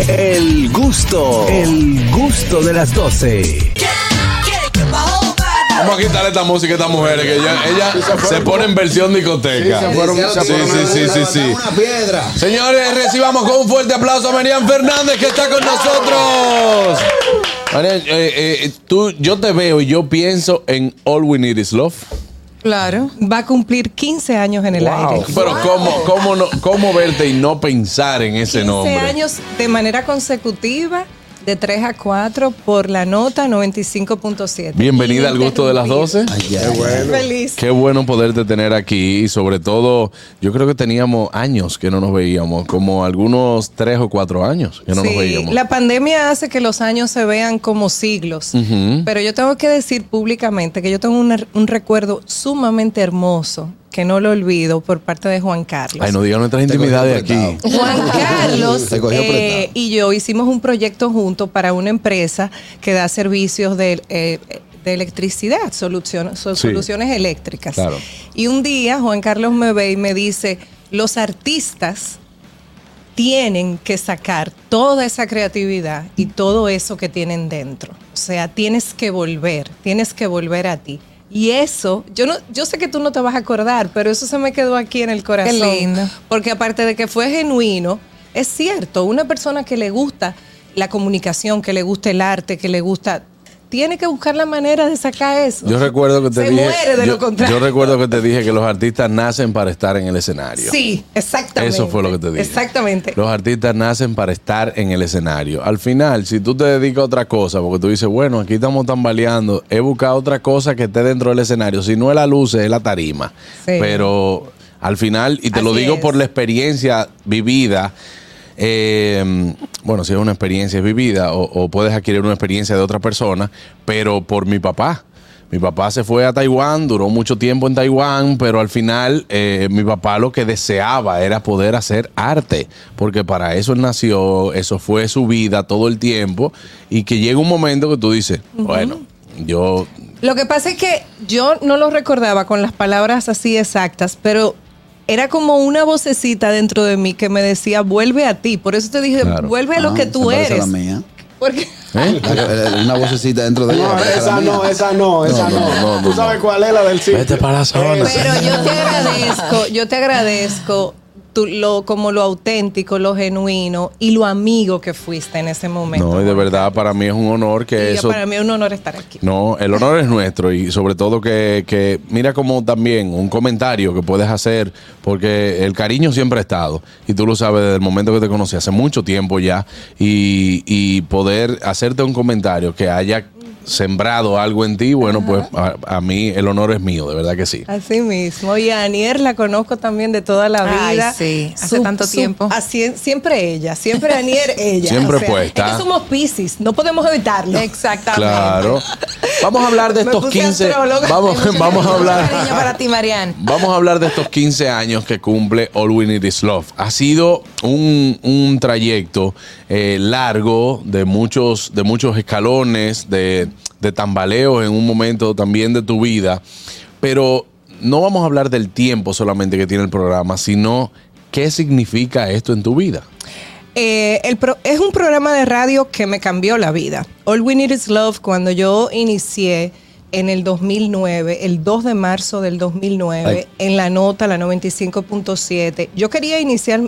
El gusto de las 12. Vamos a quitarle esta música a estas mujeres que ella se pone en versión discoteca. Sí. Una piedra. Señores, recibamos con un fuerte aplauso a Marian Fernández que está con nosotros. Marian, yo te veo y yo pienso en All We Need Is Love. Claro, va a cumplir 15 años en el aire. Pero ¿cómo verte y no pensar en ese nombre? 15 años de manera consecutiva, de 3 a 4 por la nota 95.7. Bienvenida al gusto de las 12. Qué bueno. Feliz. Qué bueno poderte tener aquí y sobre todo, yo creo que teníamos años que no nos veíamos, como algunos 3 o 4 años que no nos veíamos. La pandemia hace que los años se vean como siglos, pero yo tengo que decir públicamente que yo tengo un recuerdo sumamente hermoso que no lo olvido por parte de Juan Carlos. Ay, no digan nuestras intimidades aquí. Juan Carlos y yo hicimos un proyecto juntos para una empresa que da servicios de electricidad, soluciones eléctricas. Claro. Y un día Juan Carlos me ve y me dice, los artistas tienen que sacar toda esa creatividad y todo eso que tienen dentro. O sea, tienes que volver a ti. Y eso, yo sé que tú no te vas a acordar, pero eso se me quedó aquí en el corazón. Qué lindo. Porque aparte de que fue genuino, es cierto, una persona que le gusta la comunicación, que le gusta el arte, que le gusta, tiene que buscar la manera de sacar eso. Yo recuerdo que te Se dije, muere de lo contrario. yo recuerdo que te dije que los artistas nacen para estar en el escenario. Sí, exactamente. Eso fue lo que te dije. Exactamente. Los artistas nacen para estar en el escenario. Al final, si tú te dedicas a otra cosa, porque tú dices, bueno, aquí estamos tambaleando, he buscado otra cosa que esté dentro del escenario. Si no es la luz, es la tarima. Sí. Pero al final, y te Así lo digo es. por la experiencia vivida, bueno, si es una experiencia vivida o puedes adquirir una experiencia de otra persona, pero por mi papá. Mi papá se fue a Taiwán, duró mucho tiempo en Taiwán, pero al final mi papá lo que deseaba era poder hacer arte, porque para eso él nació, eso fue su vida todo el tiempo, y que llega un momento que tú dices, bueno, yo... Lo que pasa es que yo no lo recordaba con las palabras así exactas, pero era como una vocecita dentro de mí que me decía, vuelve a ti. Por eso te dije, Claro. vuelve a lo que tú se parece a eres. la mía. Porque Una vocecita dentro de ella. No, parece a la mía. esa no. Tú sabes cuál es la del sitio. Vete para la zona. Pero yo te agradezco como lo auténtico, lo genuino y lo amigo que fuiste en ese momento. No, y de verdad para mí es un honor que Y eso... para mí es un honor estar aquí. No, el honor es nuestro y sobre todo que mira como también un comentario que puedes hacer, porque el cariño siempre ha estado y tú lo sabes desde el momento que te conocí, hace mucho tiempo ya, y poder hacerte un comentario que haya sembrado algo en ti, bueno, pues a mí el honor es mío, de verdad que sí. Así mismo. Y a Anier la conozco también de toda la vida. Ay, sí, hace tanto tiempo. Siempre ella, siempre Anier ella. Siempre puesta. Es que somos Piscis, no podemos evitarlo. Exactamente. Claro. Vamos a hablar de Me estos puse 15. astróloga. Vamos a hablar. Cariño para ti, Marian. Vamos a hablar de estos 15 años que cumple All We Need Is Love. Ha sido un trayecto largo de muchos escalones, de tambaleos en un momento también de tu vida. Pero no vamos a hablar del tiempo solamente que tiene el programa, sino qué significa esto en tu vida. Es un programa de radio que me cambió la vida. All We Need Is Love, cuando yo inicié en el 2009, el 2 de marzo del 2009, en la nota, la 95.7, yo quería iniciar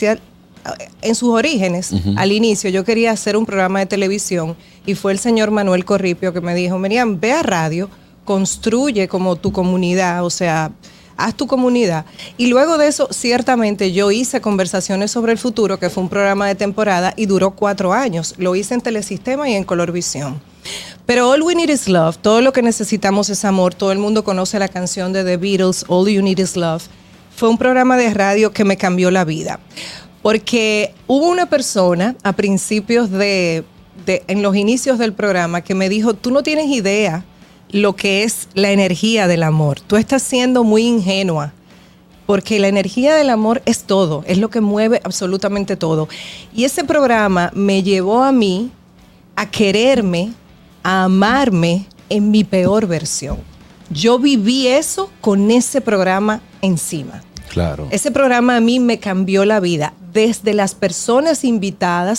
en sus orígenes, al inicio, yo quería hacer un programa de televisión y fue el señor Manuel Corripio que me dijo, Miriam, ve a radio, construye como tu comunidad, o sea, haz tu comunidad. Y luego de eso, ciertamente, yo hice Conversaciones sobre el Futuro, que fue un programa de temporada y duró 4 años. Lo hice en Telesistema y en Colorvisión. Pero All We Need Is Love, todo lo que necesitamos es amor, todo el mundo conoce la canción de The Beatles, All You Need Is Love, fue un programa de radio que me cambió la vida. Porque hubo una persona a principios en los inicios del programa que me dijo, tú no tienes idea lo que es la energía del amor. Tú estás siendo muy ingenua, porque la energía del amor es todo, es lo que mueve absolutamente todo. Y ese programa me llevó a mí a quererme, a amarme en mi peor versión. Yo viví eso con ese programa encima. Claro. Ese programa a mí me cambió la vida, desde las personas invitadas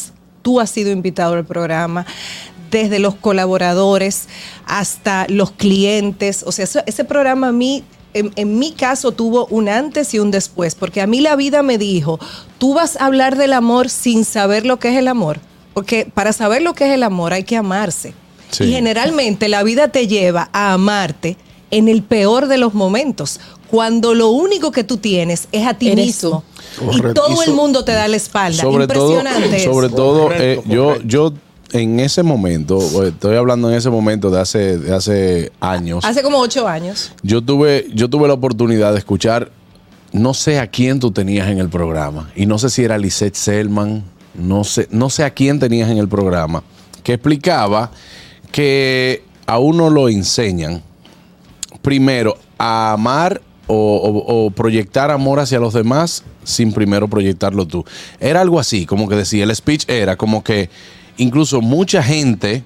tú has sido invitado al programa, desde los colaboradores hasta los clientes. O sea, ese programa a mí, en mi caso, tuvo un antes y un después, porque a mí la vida me dijo, tú vas a hablar del amor sin saber lo que es el amor, porque para saber lo que es el amor hay que amarse. Sí. Y generalmente la vida te lleva a amarte en el peor de los momentos, cuando lo único que tú tienes es a ti mismo. Y todo el mundo te da la espalda. Impresionante. Sobre todo, yo en ese momento, estoy hablando en ese momento de hace años. Hace como 8 años. Yo tuve la oportunidad de escuchar, no sé a quién tú tenías en el programa, y no sé si era Lisette Selman, no sé a quién tenías en el programa, que explicaba que a uno lo enseñan primero a amar o proyectar amor hacia los demás sin primero proyectarlo tú. Era algo así, como que decía, el speech era como que incluso mucha gente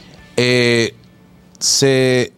se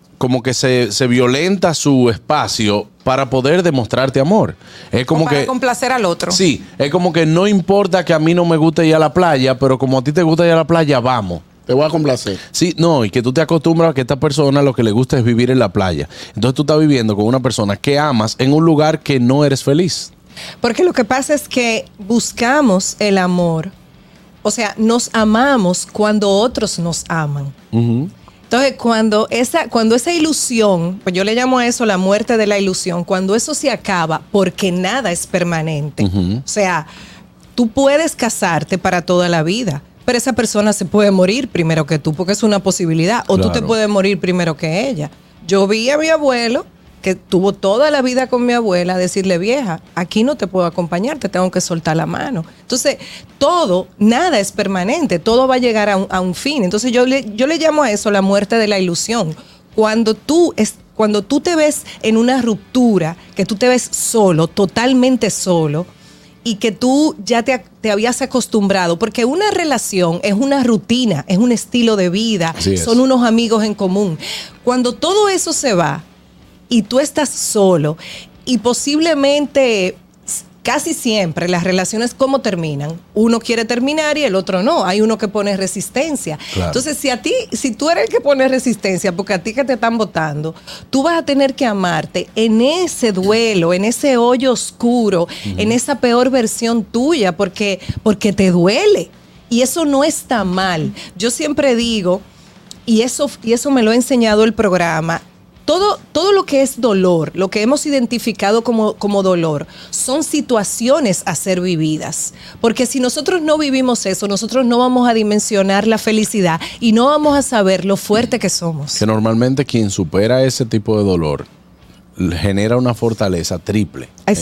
violenta su espacio para poder demostrarte amor. Es como para que complacer al otro. Sí, es como que no importa que a mí no me guste ir a la playa, pero como a ti te gusta ir a la playa, vamos. Te voy a complacer. Sí, no, y que tú te acostumbras a que esta persona lo que le gusta es vivir en la playa. Entonces tú estás viviendo con una persona que amas en un lugar que no eres feliz. Porque lo que pasa es que buscamos el amor. O sea, nos amamos cuando otros nos aman. Uh-huh. Entonces, cuando esa ilusión, pues yo le llamo a eso la muerte de la ilusión, cuando eso se acaba, porque nada es permanente. Uh-huh. O sea, tú puedes casarte para toda la vida, pero esa persona se puede morir primero que tú, porque es una posibilidad. O claro, tú te puedes morir primero que ella. Yo vi a mi abuelo, que tuvo toda la vida con mi abuela, decirle, vieja, aquí no te puedo acompañar, te tengo que soltar la mano. Entonces, nada es permanente, todo va a llegar a un fin. Entonces, yo le llamo a eso la muerte de la ilusión. Cuando tú te ves en una ruptura, que tú te ves solo, totalmente solo, y que tú ya te habías acostumbrado, porque una relación es una rutina, es un estilo de vida, son unos amigos en común. Cuando todo eso se va y tú estás solo, y posiblemente casi siempre las relaciones, ¿cómo terminan? Uno quiere terminar y el otro no. Hay uno que pone resistencia. Claro. Entonces, si tú eres el que pone resistencia, porque a ti que te están votando, tú vas a tener que amarte en ese duelo, en ese hoyo oscuro, en esa peor versión tuya, porque te duele. Y eso no está mal. Yo siempre digo, y eso me lo ha enseñado el programa, todo lo que es dolor, lo que hemos identificado como dolor, son situaciones a ser vividas. Porque si nosotros no vivimos eso, nosotros no vamos a dimensionar la felicidad y no vamos a saber lo fuerte que somos. Que normalmente quien supera ese tipo de dolor genera una fortaleza triple en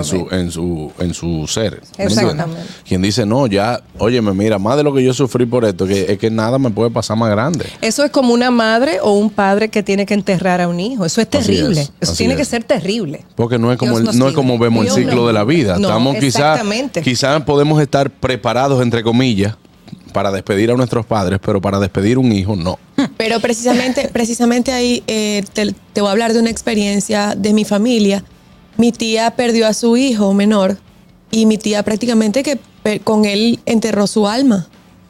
su ser. Exactamente. Quien dice, no, ya, óyeme, mira, más de lo que yo sufrí por esto, es que nada me puede pasar más grande. Eso es como una madre o un padre que tiene que enterrar a un hijo. Eso es terrible. Eso tiene que ser terrible. Porque no es como vemos el ciclo de la vida. No, Estamos quizás podemos estar preparados, entre comillas, para despedir a nuestros padres, pero para despedir un hijo, no. Pero precisamente ahí te voy a hablar de una experiencia de mi familia. Mi tía perdió a su hijo menor y mi tía prácticamente que con él enterró su alma.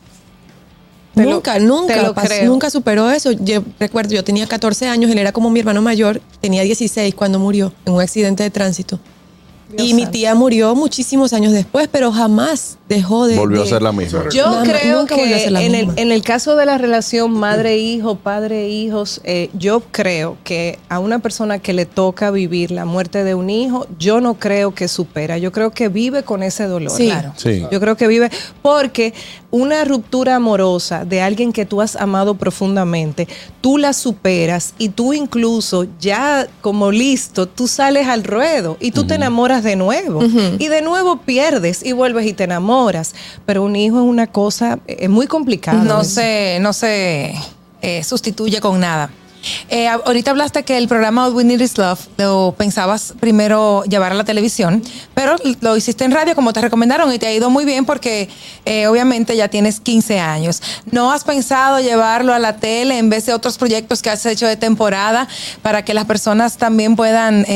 Nunca superó eso. Yo recuerdo, yo tenía 14 años, él era como mi hermano mayor, tenía 16 cuando murió en un accidente de tránsito. Y mi tía murió muchísimos años después, pero jamás dejó de... Volvió a ser la misma. Yo creo que en el caso de la relación madre-hijo, padre-hijos, yo creo que a una persona que le toca vivir la muerte de un hijo, yo no creo que supera. Yo creo que vive con ese dolor. Sí. Claro. Sí. Yo creo que vive... Porque una ruptura amorosa de alguien que tú has amado profundamente, tú la superas y tú incluso ya como listo, tú sales al ruedo y tú te enamoras de nuevo. Y de nuevo pierdes y vuelves y te enamoras. Pero un hijo es una cosa, es muy complicada. No se sustituye con nada. Ahorita hablaste que el programa All We Need Is Love lo pensabas primero llevar a la televisión, pero lo hiciste en radio como te recomendaron y te ha ido muy bien porque obviamente ya tienes 15 años. ¿No has pensado llevarlo a la tele en vez de otros proyectos que has hecho de temporada para que las personas también puedan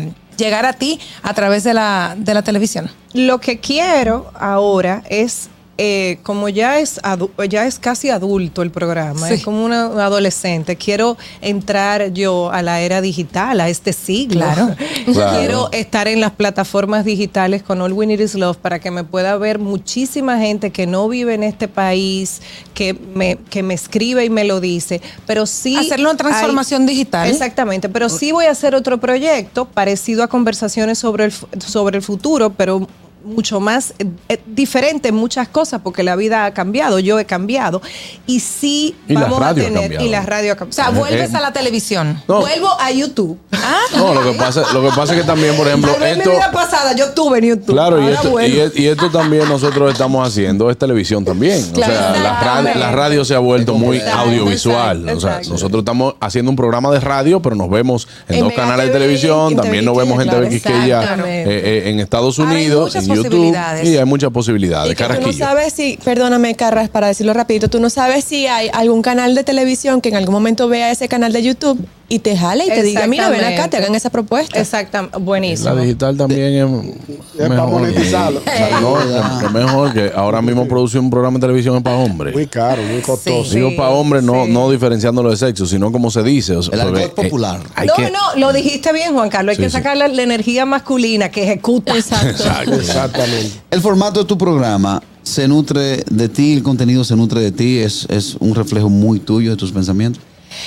llegar a ti a través de la televisión? Lo que quiero ahora es como ya es casi adulto el programa, Sí. es como un adolescente, quiero entrar yo a la era digital, a este siglo. Claro. Quiero estar en las plataformas digitales con All We Need Is Love para que me pueda ver muchísima gente que no vive en este país, que me escribe y me lo dice, pero sí... Hacerlo en transformación digital. Exactamente, pero sí voy a hacer otro proyecto parecido a Conversaciones sobre el futuro, pero mucho más diferente en muchas cosas porque la vida ha cambiado, yo he cambiado y sí Y la vamos a radio ha tener cambiado. y la radio ha O cambiado. sea, vuelves a la televisión. No. Vuelvo a YouTube. No, lo que pasa es que también, por ejemplo, Tal vez esto... mi vida pasada yo estuve en YouTube. Claro, y Ahora vuelvo. esto también nosotros estamos haciendo es televisión también. Claro, o sea, exactamente. la radio se ha vuelto muy Exacto, audiovisual. exacto, O sea, exacto. nosotros estamos haciendo un programa de radio, pero nos vemos en En dos Mega canales de TV, televisión, en también TV nos vemos en claro, TV Quisqueya exactamente. en Estados Ahora hay Unidos, muchas en YouTube. posibilidades. Y hay muchas posibilidades. Y que tú no Carrasquillo. sabes si, perdóname, Carras, para decirlo rapidito, tú no sabes si hay algún canal de televisión que en algún momento vea ese canal de YouTube y te jale y te diga, mira, ven acá, te hagan esa propuesta. Exactamente, buenísimo. La digital también Es para monetizarlo. No, es mejor que ahora mismo producir un programa de televisión es para hombres. Muy caro, muy costoso. Sí. Digo para hombres, sí. no diferenciándolo de sexo, sino como se dice. O sea, El argot porque, popular. hay No, que- no, lo dijiste bien, Juan Carlos. Hay Sí, que sí. sacar la energía masculina que ejecuta. Exacto. Exactamente. El formato de tu programa se nutre de ti, el contenido se nutre de ti, es un reflejo muy tuyo de tus pensamientos.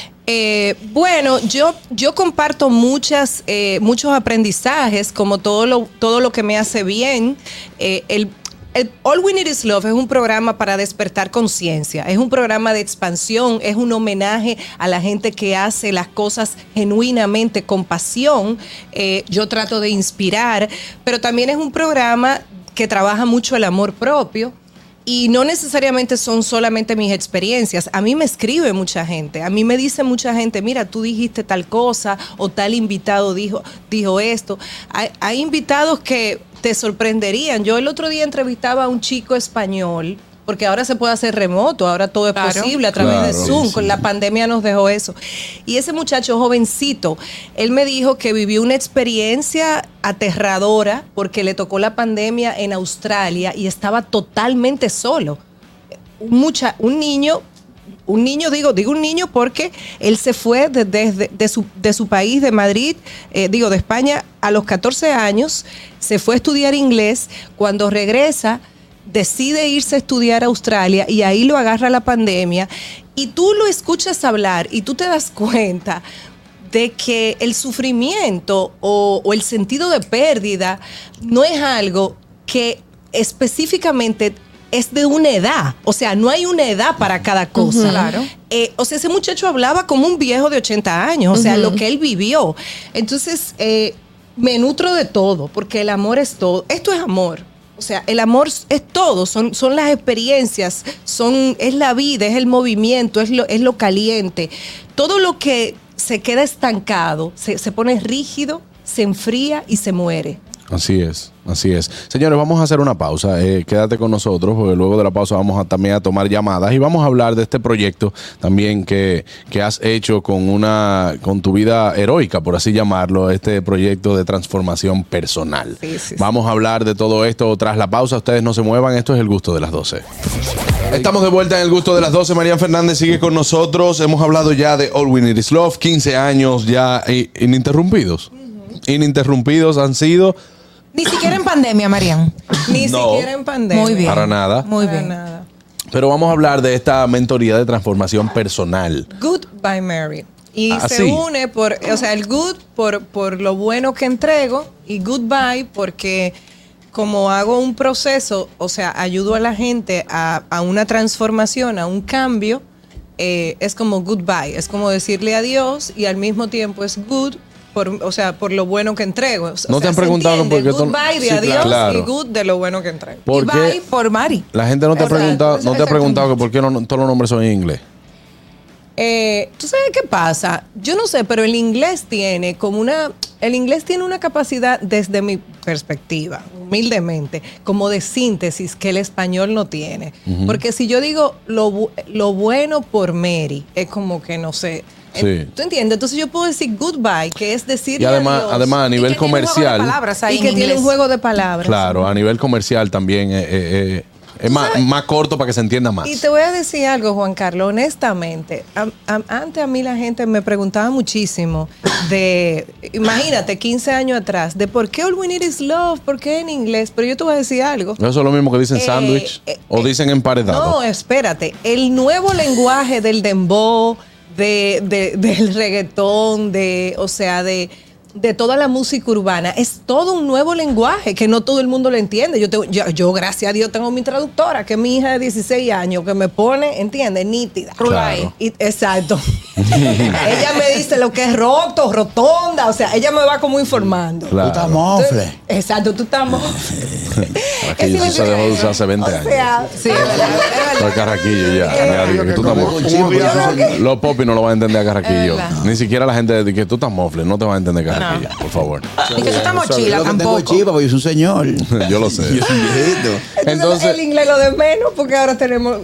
Bueno, yo comparto muchos aprendizajes, como todo lo que me hace bien. El All We Need Is Love es un programa para despertar conciencia, es un programa de expansión, es un homenaje a la gente que hace las cosas genuinamente con pasión. Yo trato de inspirar, pero también es un programa que trabaja mucho el amor propio. Y no necesariamente son solamente mis experiencias. A mí me escribe mucha gente. A mí me dice mucha gente, mira, tú dijiste tal cosa o tal invitado dijo esto. Hay invitados que te sorprenderían. Yo el otro día entrevistaba a un chico español, porque ahora se puede hacer remoto, ahora todo es Claro. posible a través de Claro, Zoom. sí. Con la pandemia nos dejó eso. Y ese muchacho jovencito, él me dijo que vivió una experiencia aterradora porque le tocó la pandemia en Australia y estaba totalmente solo. Un niño, digo un niño porque él se fue de su país, de Madrid, de España, a los 14 años, se fue a estudiar inglés. Cuando regresa, decide irse a estudiar a Australia y ahí lo agarra la pandemia. Y tú lo escuchas hablar y tú te das cuenta de que el sufrimiento o el sentido de pérdida no es algo que específicamente es de una edad. O sea, no hay una edad para cada cosa. Claro. O sea, ese muchacho hablaba como un viejo de 80 años, o sea, lo que él vivió. Entonces, me nutro de todo, porque el amor es todo. Esto es amor. O sea, el amor es todo, son las experiencias, es la vida, es el movimiento, es lo caliente. Todo lo que se queda estancado, se pone rígido, se enfría y se muere. Así es, así es. Señores, vamos a hacer una pausa. Quédate con nosotros, porque luego de la pausa vamos también a tomar llamadas y vamos a hablar de este proyecto también que has hecho con tu vida heroica, por así llamarlo, este proyecto de transformación personal. Sí. Vamos a hablar de todo esto tras la pausa. Ustedes no se muevan, esto es El Gusto de las 12. Estamos de vuelta en El Gusto de las 12. Marian Fernández sigue con nosotros. Hemos hablado ya de All We Need Is Love, 15 años ya ininterrumpidos. Ininterrumpidos han sido... Ni siquiera en pandemia, Marian. Ni No. siquiera en pandemia. Muy bien. Para nada. Muy Para bien. nada. Pero vamos a hablar de esta mentoría de transformación personal. Good by Mary. Y Ah, se sí. une el good por lo bueno que entrego y goodbye porque como hago un proceso, o sea, ayudo a la gente a una transformación, a un cambio, es como goodbye, es como decirle adiós y al mismo tiempo es good por lo bueno que entrego. O sea, ¿No te han ¿se preguntado entiende? por qué tú- Goodbye de Sí, adiós claro. y good de lo bueno que entrego. ¿Por Y qué? bye por Mari. La gente no te ha Exacto, preguntado, no te ha preguntado que por qué todos los nombres son en inglés. ¿Tú sabes qué pasa? Yo no sé, pero el inglés tiene una capacidad, desde mi perspectiva, humildemente, como de síntesis que el español no tiene. Porque si yo digo lo bueno por Mary, es como que no sé. Sí. ¿Tú entiendes? Entonces yo puedo decir goodbye, que es decir Y además a nivel Y que tiene un juego de comercial, palabras ahí y en que tiene inglés. un juego de palabras. claro, a nivel comercial también es Es más corto para que se entienda más. Y te voy a decir algo, Juan Carlos, honestamente. Antes a mí la gente me preguntaba muchísimo imagínate, 15 años atrás, de por qué All We Need Is Love, por qué en inglés. Pero yo te voy a decir algo. ¿Eso es lo mismo que dicen sándwich o dicen emparedado? No, espérate. El nuevo lenguaje del dembow, del reggaetón, de toda la música urbana, es todo un nuevo lenguaje que no todo el mundo lo entiende. Yo gracias a Dios, tengo mi traductora, que es mi hija de 16 años, que me pone, ¿entiendes? Nítida. Claro. Exacto. Ella me dice lo que es roto, rotonda, o sea, ella me va como informando. Claro. Tú estás mofle. Exacto, tú estás mofle. Carraquillo, eso se dejó de usar hace 20 años. O sea, sí, es verdad. Los carraquillos ya. Mira, que tú estás mofle. Los popis no lo van a entender a Carraquillo. Ni siquiera la gente de que tú estás mofle, no te van a entender Carraquillo, por favor. Y que tú estás mochila Yo lo que tengo es tampoco. chiva, porque yo soy un señor. Yo lo sé. Yo soy un viejito. Entonces, el inglés lo de menos, porque ahora tenemos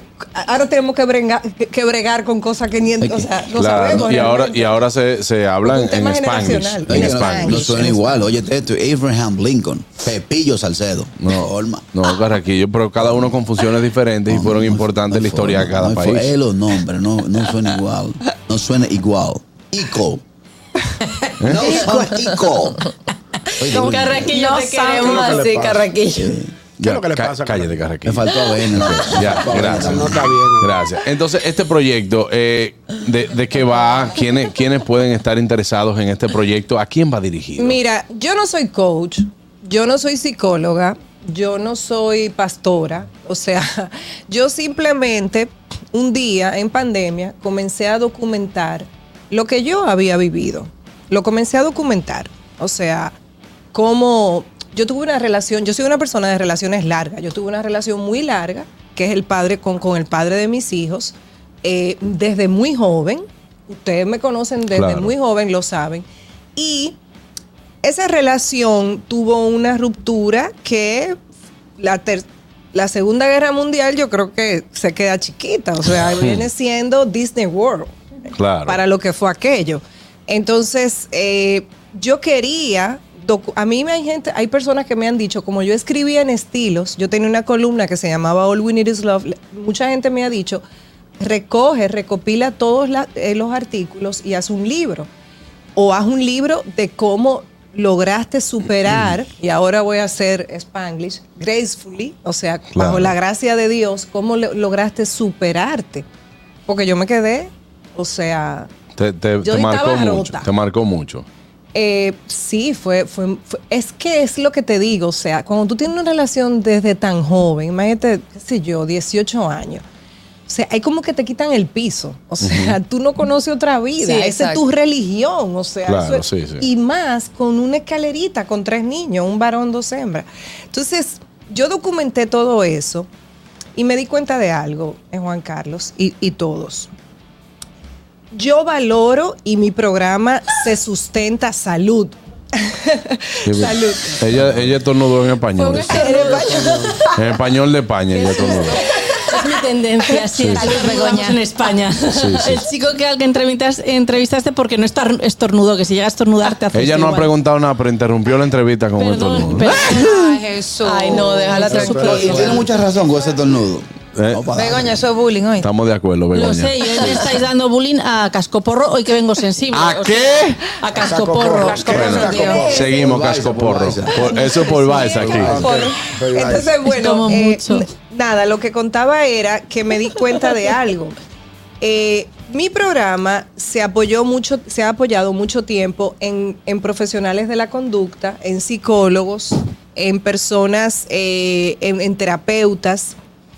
que bregar con cosas que ni o sea, no Claro, sabemos. y ahora se hablan Un tema en Spanglish. generacional. En En Spanglish. No suena igual. Oye, esto Abraham Lincoln, Pepillo Salcedo. No, Forma. no, Carraquillo, pero cada uno con funciones diferentes y fueron importantes en la historia de cada país. Es los nombres, no suena igual. No suena igual. Ico. No son Ico. Con Carraquillo No te sabe queremos lo que le así, pasa. Carraquillo. ¿Qué es lo que le pasa? Cállate, Carraquillo. Me faltó avena. Ya, gracias. No está bien. Gracias. Entonces, este proyecto, ¿de qué va? ¿Quiénes pueden estar interesados en este proyecto? ¿A quién va dirigido? Mira, yo no soy coach, yo no soy psicóloga, yo no soy pastora. O sea, yo simplemente un día en pandemia comencé a documentar lo que yo había vivido. Lo comencé a documentar. O sea, cómo yo tuve una relación, yo soy una persona de relaciones largas. Yo tuve una relación muy larga, que es el padre con el padre de mis hijos, desde muy joven. Ustedes me conocen desde Claro. muy joven, lo saben. Y esa relación tuvo una ruptura que la Segunda Guerra Mundial yo creo que se queda chiquita. O sea, viene siendo Disney World. Claro. Para lo que fue aquello. Entonces, yo quería... A mí hay personas que me han dicho, como yo escribía en estilos, yo tenía una columna que se llamaba All We Need Is Love, mucha gente me ha dicho, recopila todos los artículos y haz un libro. O haz un libro de cómo lograste superar, y ahora voy a hacer Spanglish, gracefully, o sea, Claro. bajo la gracia de Dios, cómo lograste superarte. Porque yo me quedé, o sea... Te Yo marcó estaba mucho. rota. Te marcó mucho. Sí, es que es lo que te digo, o sea, cuando tú tienes una relación desde tan joven, imagínate, qué sé yo, 18 años, o sea, hay como que te quitan el piso, o sea, tú no conoces otra vida, Sí, esa es exacto. tu religión, o sea, Claro, eso es- sí, sí. y más con una escalerita, con 3 niños, un varón, 2 hembras. Entonces, yo documenté todo eso y me di cuenta de algo, Juan Carlos, y todos. Yo valoro y mi programa se sustenta salud. Salud. Ella estornudó en español. En español de España, ella estornudó. Es mi tendencia, sí, Sí, salud, sí. Begoña. En España. sí. El chico que al que entrevistaste porque no estornudó, que si llega a estornudar te hace Ella no ha igual. preguntado nada, pero interrumpió la entrevista con un Perdón, estornudo. perdón. Ay, Jesús. Ay, no, déjala tranquila. Tiene mucha razón con ese tornudo. ¿Eh? No, para. Begoña, eso es bullying hoy. Estamos de acuerdo, Begoña. Lo sé, y hoy le estáis dando bullying a Cascoporro, hoy que vengo sensible. ¿A o qué? sea, a Cascoporro. Bueno, seguimos, Por Baiza, Cascoporro. por Baiza. Eso es por Baiza aquí. Entonces, bueno, Tomo mucho. nada, lo que contaba era que me di cuenta de algo. Mi programa se ha apoyado mucho tiempo en profesionales de la conducta, en psicólogos, en personas, en terapeutas,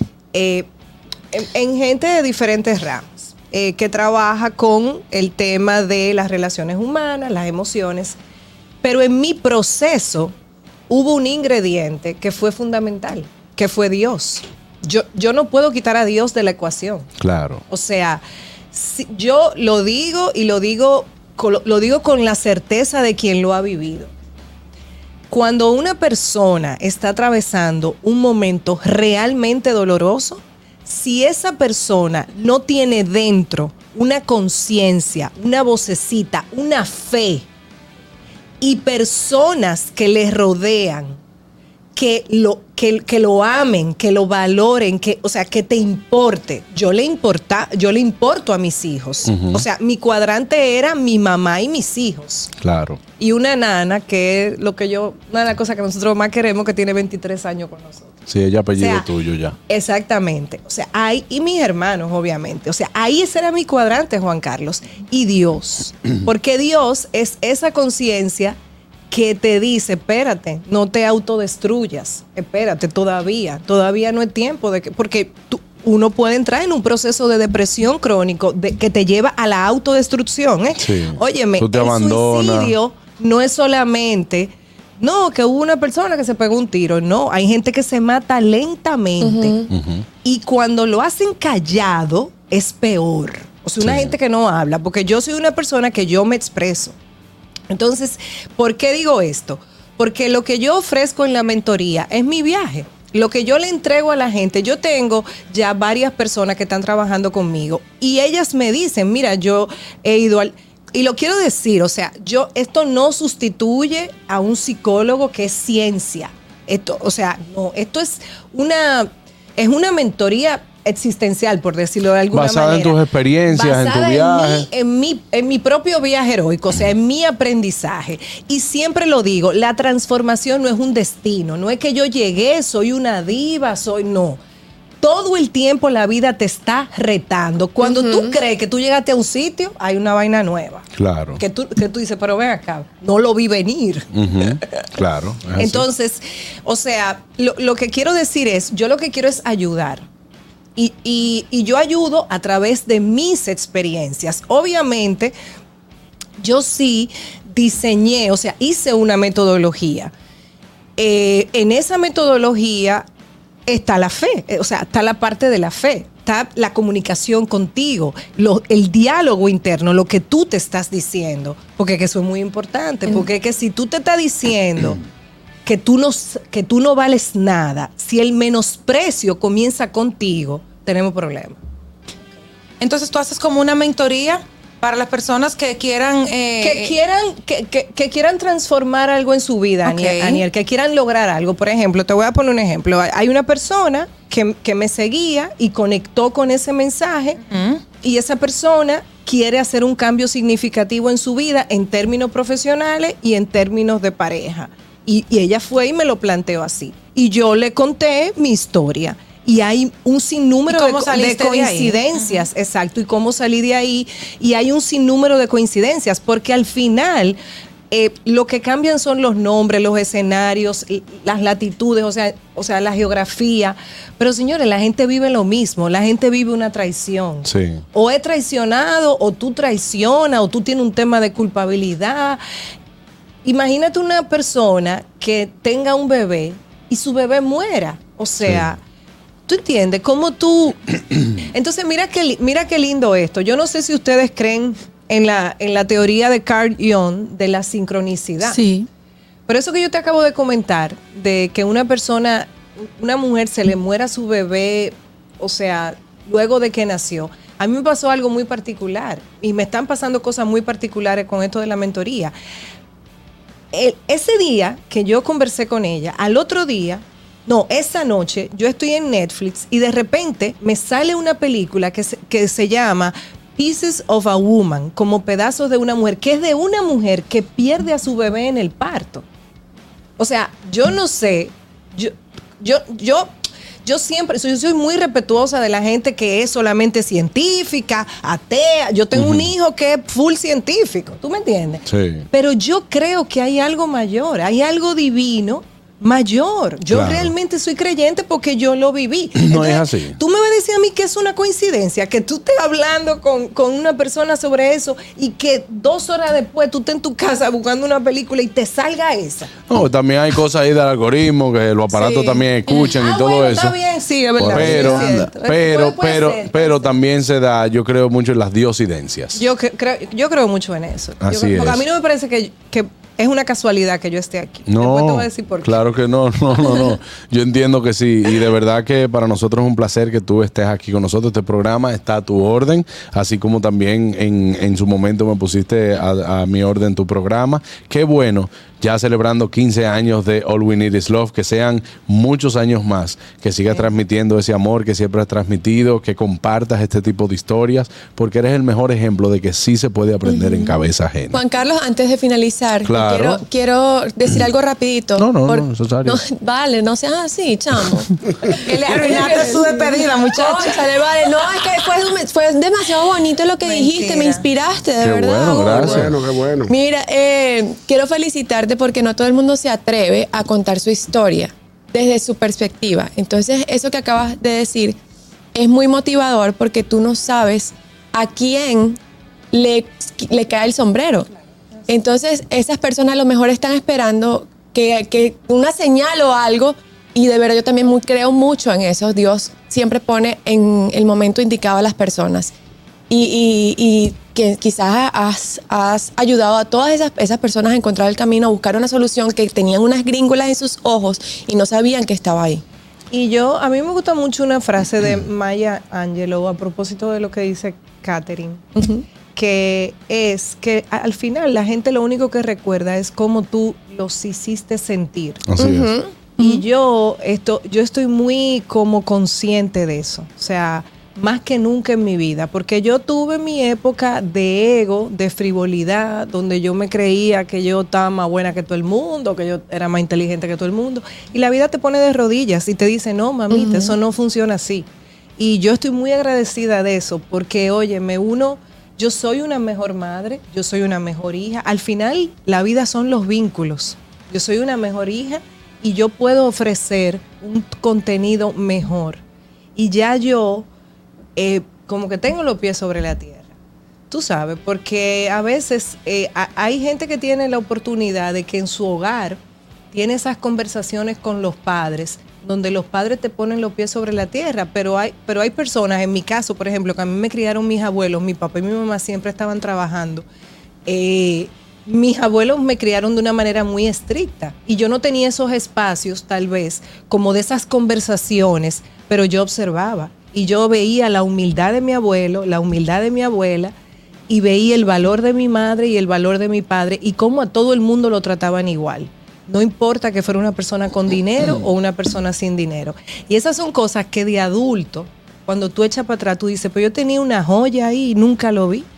en gente de diferentes ramas, que trabaja con el tema de las relaciones humanas, las emociones. Pero en mi proceso hubo un ingrediente que fue fundamental, que fue Dios. Yo no puedo quitar a Dios de la ecuación. Claro. O sea, yo lo digo y lo digo con la certeza de quien lo ha vivido. Cuando una persona está atravesando un momento realmente doloroso, si esa persona no tiene dentro una conciencia, una vocecita, una fe y personas que le rodean que lo amen, que lo valoren, o sea, que te importe. Yo le importo a mis hijos. O sea, mi cuadrante era mi mamá y mis hijos. Claro. Y una nana, que es una de las cosas que nosotros más queremos, que tiene 23 años con nosotros. Sí, ella apellido O sea, tuyo ya. Exactamente. O sea, y mis hermanos, obviamente. O sea, ahí ese era mi cuadrante, Juan Carlos. Y Dios. Porque Dios es esa conciencia que te dice, espérate, no te autodestruyas, espérate, todavía no es tiempo de que, porque uno puede entrar en un proceso de depresión crónico que te lleva a la autodestrucción, ¿eh? Sí. Óyeme, Tú te el abandonas. suicidio no es solamente, no, que hubo una persona que se pegó un tiro, no, hay gente que se mata lentamente y cuando lo hacen callado es peor. O sea, una gente que no habla, porque yo soy una persona que yo me expreso. Entonces, ¿por qué digo esto? Porque lo que yo ofrezco en la mentoría es mi viaje. Lo que yo le entrego a la gente, yo tengo ya varias personas que están trabajando conmigo y ellas me dicen, mira, yo he ido y lo quiero decir, o sea, esto no sustituye a un psicólogo, que es ciencia. Esto es una mentoría existencial, por decirlo de alguna manera. Basada en tus experiencias, en tu viaje. En mi propio viaje heroico, o sea, en mi aprendizaje. Y siempre lo digo, la transformación no es un destino, no es que yo llegué, soy una diva, no. Todo el tiempo la vida te está retando. Cuando tú crees que tú llegaste a un sitio, hay una vaina nueva. Claro. Que tú dices, pero ven acá, no lo vi venir. Claro. Es así. Entonces, o sea, lo que quiero decir es, yo lo que quiero es ayudar. Y yo ayudo a través de mis experiencias. Obviamente, yo sí diseñé, o sea, hice una metodología. En esa metodología está la fe, o sea, está la parte de la fe, está la comunicación contigo, el diálogo interno, lo que tú te estás diciendo, porque que eso es muy importante, porque que si tú te estás diciendo que tú no vales nada, si el menosprecio comienza contigo, tenemos problemas. Entonces tú haces como una mentoría para las personas que quieran... que quieran transformar algo en su vida, Okay. Aniel, que quieran lograr algo. Por ejemplo, te voy a poner un ejemplo. Hay una persona que me seguía y conectó con ese mensaje y esa persona quiere hacer un cambio significativo en su vida en términos profesionales y en términos de pareja. Y ella fue y me lo planteó así. Y yo le conté mi historia. Y hay un sinnúmero de coincidencias, exacto, y cómo salí de ahí. Y hay un sinnúmero de coincidencias, porque al final lo que cambian son los nombres, los escenarios, las latitudes, o sea, la geografía. Pero señores, la gente vive lo mismo, la gente vive una traición. Sí. O es traicionado, o tú traicionas, o tú tienes un tema de culpabilidad. Imagínate una persona que tenga un bebé y su bebé muera. O sea... Sí. ¿Tú entiendes? ¿Cómo tú...? Entonces, mira qué lindo esto. Yo no sé si ustedes creen en la teoría de Carl Jung de la sincronicidad. Sí. Pero eso que yo te acabo de comentar, de que una mujer se le muera a su bebé, o sea, luego de que nació, a mí me pasó algo muy particular. Y me están pasando cosas muy particulares con esto de la mentoría. Ese día que yo conversé con ella, al otro día... No, esa noche yo estoy en Netflix y de repente me sale una película que se llama Pieces of a Woman, como pedazos de una mujer, que es de una mujer que pierde a su bebé en el parto. O sea, yo no sé, yo siempre, yo soy muy respetuosa de la gente que es solamente científica, atea. Yo tengo un hijo que es full científico, ¿tú me entiendes? Sí. Pero yo creo que hay algo mayor, hay algo divino mayor. Yo realmente soy creyente porque yo lo viví. No Entonces, es así. Tú me vas a decir a mí que es una coincidencia que tú estés hablando con una persona sobre eso y que 2 horas después tú estés en tu casa buscando una película y te salga esa. No, también hay cosas ahí del algoritmo que los aparatos también escuchan y todo bueno, eso. Está bien, sí, es verdad. Pero también se da, yo creo mucho en las diosidencias. Yo creo mucho en eso. Así es. Porque a mí no me parece que es una casualidad que yo esté aquí. No, después te voy a decir por qué. Claro que no. Yo entiendo que sí. Y de verdad que para nosotros es un placer que tú estés aquí con nosotros. Este programa está a tu orden, así como también en su momento me pusiste a mi orden tu programa. Qué bueno ya celebrando 15 años de All We Need Is Love, que sean muchos años más, que sigas transmitiendo ese amor que siempre has transmitido, que compartas este tipo de historias, porque eres el mejor ejemplo de que sí se puede aprender en cabeza ajena. Juan Carlos, antes de finalizar, Claro. quiero decir algo rapidito. No, necesario. Vale, no seas así, chamo. Que le arruinaste su despedida, muchacha. Cónchale, vale. No, es que fue demasiado bonito lo que Mentira. dijiste, me inspiraste, de Qué verdad. bueno, gracias. Bueno, qué bueno. Mira, quiero felicitarte porque no todo el mundo se atreve a contar su historia desde su perspectiva. Entonces, eso que acabas de decir es muy motivador porque tú no sabes a quién le cae el sombrero. Entonces, esas personas a lo mejor están esperando que una señal o algo, y de verdad yo también creo mucho en eso. Dios siempre pone en el momento indicado a las personas. Y que quizás has ayudado a todas esas personas a encontrar el camino, a buscar una solución, que tenían unas gringolas en sus ojos y no sabían que estaba ahí. Y a mí me gusta mucho una frase de Maya Angelou a propósito de lo que dice Catherine, que es que al final la gente lo único que recuerda es cómo tú los hiciste sentir. Así es. Y yo estoy muy como consciente de eso. O sea, más que nunca en mi vida, porque yo tuve mi época de ego, de frivolidad, donde yo me creía que yo estaba más buena que todo el mundo, que yo era más inteligente que todo el mundo, y la vida te pone de rodillas y te dice, no, mamita, eso no funciona así. Y yo estoy muy agradecida de eso, porque, óyeme, yo soy una mejor madre, yo soy una mejor hija. Al final, la vida son los vínculos. Yo soy una mejor hija y yo puedo ofrecer un contenido mejor. Y ya yo como que tengo los pies sobre la tierra. Tú sabes, porque a veces hay gente que tiene la oportunidad de que en su hogar tiene esas conversaciones con los padres, donde los padres te ponen los pies sobre la tierra, pero hay personas, en mi caso, por ejemplo, que a mí me criaron mis abuelos, mi papá y mi mamá siempre estaban trabajando. Mis abuelos me criaron de una manera muy estricta y yo no tenía esos espacios, tal vez, como de esas conversaciones, pero yo observaba. Y yo veía la humildad de mi abuelo, la humildad de mi abuela, y veía el valor de mi madre y el valor de mi padre, y cómo a todo el mundo lo trataban igual. No importa que fuera una persona con dinero o una persona sin dinero. Y esas son cosas que de adulto, cuando tú echas para atrás, tú dices, pues yo tenía una joya ahí y nunca lo vi.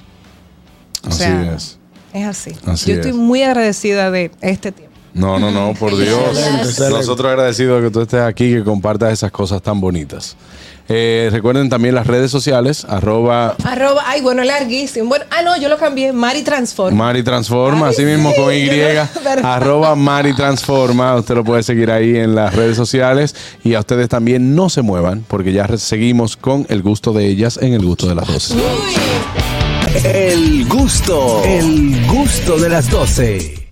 Así es. Es así. Así Yo estoy es. muy agradecida de este tiempo. No, por Dios. Excelente. Nosotros agradecidos de que tú estés aquí, que compartas esas cosas tan bonitas. Recuerden también las redes sociales, Ay, bueno, es larguísimo. Bueno, no, yo lo cambié. Mari Transforma. Mari Transforma, Ay, así mismo sí, con Y, ¿verdad? @Mari Transforma. Usted lo puede seguir ahí en las redes sociales. Y a ustedes también no se muevan, porque ya seguimos con el gusto de ellas en el gusto de las 12. El gusto de las 12.